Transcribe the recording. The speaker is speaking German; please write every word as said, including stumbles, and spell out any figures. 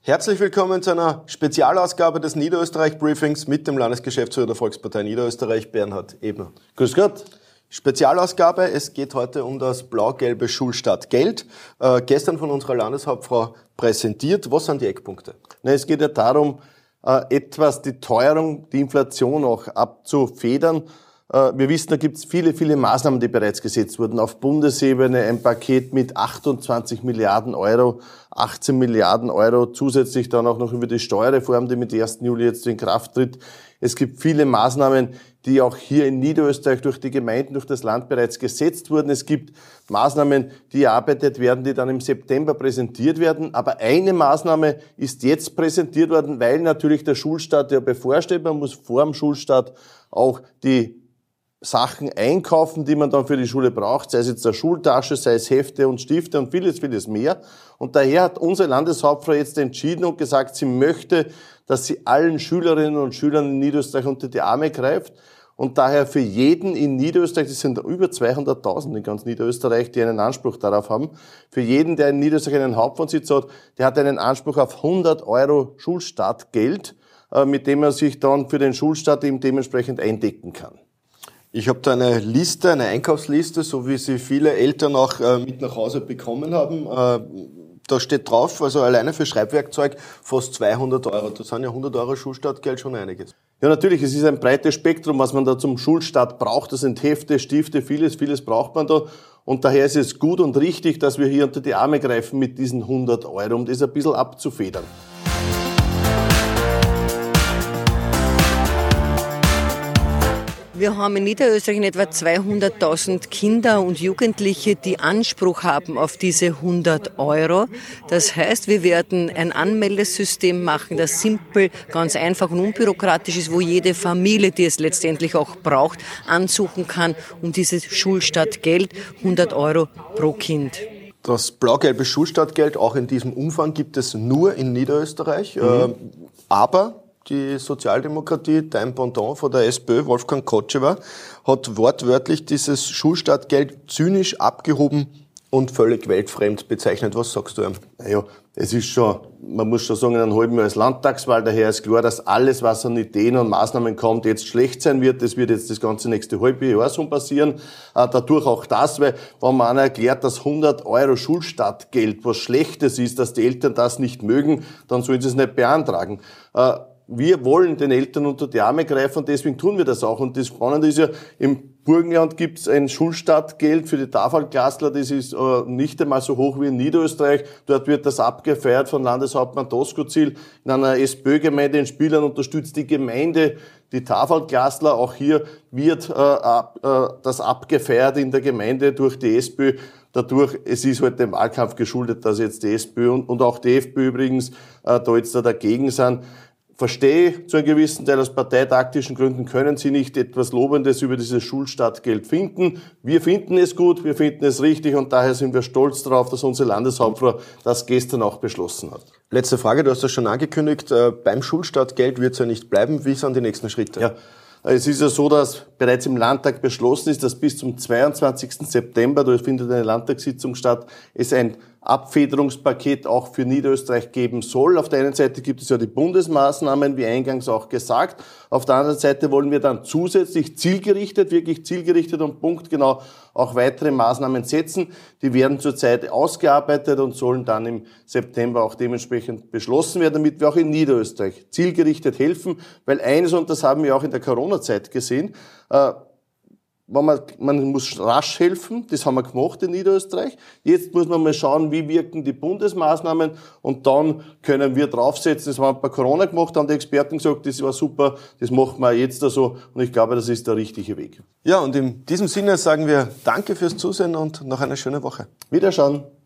Herzlich willkommen zu einer Spezialausgabe des Niederösterreich-Briefings mit dem Landesgeschäftsführer der Volkspartei Niederösterreich, Bernhard Ebner. Grüß Gott. Spezialausgabe, es geht heute um das blau-gelbe Schulstartgeld, äh, gestern von unserer Landeshauptfrau präsentiert. Was sind die Eckpunkte? Na, es geht ja darum, äh, etwas die Teuerung, die Inflation auch abzufedern. Äh, wir wissen, da gibt es viele, viele Maßnahmen, die bereits gesetzt wurden. Auf Bundesebene ein Paket mit achtundzwanzig Milliarden Euro, achtzehn Milliarden Euro, zusätzlich dann auch noch über die Steuerreform, die mit ersten Juli jetzt in Kraft tritt. Es gibt viele Maßnahmen, die auch hier in Niederösterreich durch die Gemeinden, durch das Land bereits gesetzt wurden. Es gibt Maßnahmen, die erarbeitet werden, die dann im September präsentiert werden. Aber eine Maßnahme ist jetzt präsentiert worden, weil natürlich der Schulstart ja bevorsteht. Man muss vor dem Schulstart auch die Sachen einkaufen, die man dann für die Schule braucht, sei es jetzt eine Schultasche, sei es Hefte und Stifte und vieles, vieles mehr. Und daher hat unsere Landeshauptfrau jetzt entschieden und gesagt, sie möchte, dass sie allen Schülerinnen und Schülern in Niederösterreich unter die Arme greift und daher für jeden in Niederösterreich, das sind über zweihunderttausend in ganz Niederösterreich, die einen Anspruch darauf haben, für jeden, der in Niederösterreich einen Hauptwohnsitz hat, der hat einen Anspruch auf hundert Euro Schulstartgeld, mit dem er sich dann für den Schulstart eben dementsprechend eindecken kann. Ich habe da eine Liste, eine Einkaufsliste, so wie sie viele Eltern auch äh, mit nach Hause bekommen haben. Äh, da steht drauf, also alleine für Schreibwerkzeug fast zweihundert Euro. Das sind ja hundert Euro Schulstartgeld schon einiges. Ja, natürlich, es ist ein breites Spektrum, was man da zum Schulstart braucht. Das sind Hefte, Stifte, vieles, vieles braucht man da. Und daher ist es gut und richtig, dass wir hier unter die Arme greifen mit diesen hundert Euro, um das ein bisschen abzufedern. Wir haben in Niederösterreich in etwa zweihunderttausend Kinder und Jugendliche, die Anspruch haben auf diese hundert Euro. Das heißt, wir werden ein Anmeldesystem machen, das simpel, ganz einfach und unbürokratisch ist, wo jede Familie, die es letztendlich auch braucht, ansuchen kann, um dieses Schulstartgeld, hundert Euro pro Kind. Das blau-gelbe Schulstartgeld, auch in diesem Umfang, gibt es nur in Niederösterreich. Mhm. Äh, aber die Sozialdemokratie, dein Pendant von der SPÖ, Wolfgang Kotschewa, hat wortwörtlich dieses Schulstartgeld zynisch abgehoben und völlig weltfremd bezeichnet. Was sagst du ihm? Naja, es ist schon, man muss schon sagen, in einem halben Jahr ist Landtagswahl, daher ist klar, dass alles, was an Ideen und Maßnahmen kommt, jetzt schlecht sein wird. Das wird jetzt das ganze nächste halbe Jahr so passieren. Äh, dadurch auch das, weil wenn man einer erklärt, dass hundert Euro Schulstartgeld was Schlechtes ist, dass die Eltern das nicht mögen, dann sollen sie es nicht beantragen. Äh, Wir wollen den Eltern unter die Arme greifen und deswegen tun wir das auch. Und das Spannende ist ja, im Burgenland gibt es ein Schulstartgeld für die Tafelklassler, das ist äh, nicht einmal so hoch wie in Niederösterreich. Dort wird das abgefeiert von Landeshauptmann Doskozil in einer SPÖ-Gemeinde in Spielern, unterstützt die Gemeinde die Tafelklassler. Auch hier wird äh, ab, äh, das abgefeiert in der Gemeinde durch die SPÖ. Dadurch, es ist halt dem Wahlkampf geschuldet, dass jetzt die SPÖ und, und auch die FPÖ übrigens äh, da jetzt da dagegen sind. Verstehe zu einem gewissen Teil, aus parteitaktischen Gründen können Sie nicht etwas Lobendes über dieses Schulstartgeld finden. Wir finden es gut, wir finden es richtig und daher sind wir stolz darauf, dass unsere Landeshauptfrau das gestern auch beschlossen hat. Letzte Frage, du hast das schon angekündigt, äh, beim Schulstartgeld wird es ja nicht bleiben. Wie sind die nächsten Schritte? Ja. Es ist ja so, dass bereits im Landtag beschlossen ist, dass bis zum zweiundzwanzigsten September, da findet eine Landtagssitzung statt, es ein Abfederungspaket auch für Niederösterreich geben soll. Auf der einen Seite gibt es ja die Bundesmaßnahmen, wie eingangs auch gesagt. Auf der anderen Seite wollen wir dann zusätzlich zielgerichtet, wirklich zielgerichtet und punktgenau auch weitere Maßnahmen setzen. Die werden zurzeit ausgearbeitet und sollen dann im September auch dementsprechend beschlossen werden, damit wir auch in Niederösterreich zielgerichtet helfen. Weil eines, und das haben wir auch in der Corona-Zeit gesehen, äh, Man, man muss rasch helfen, das haben wir gemacht in Niederösterreich. Jetzt muss man mal schauen, wie wirken die Bundesmaßnahmen und dann können wir draufsetzen. Das haben wir bei Corona gemacht, haben die Experten gesagt, das war super, das machen wir jetzt so und ich glaube, das ist der richtige Weg. Ja, und in diesem Sinne sagen wir Danke fürs Zusehen und noch eine schöne Woche. Wiederschauen.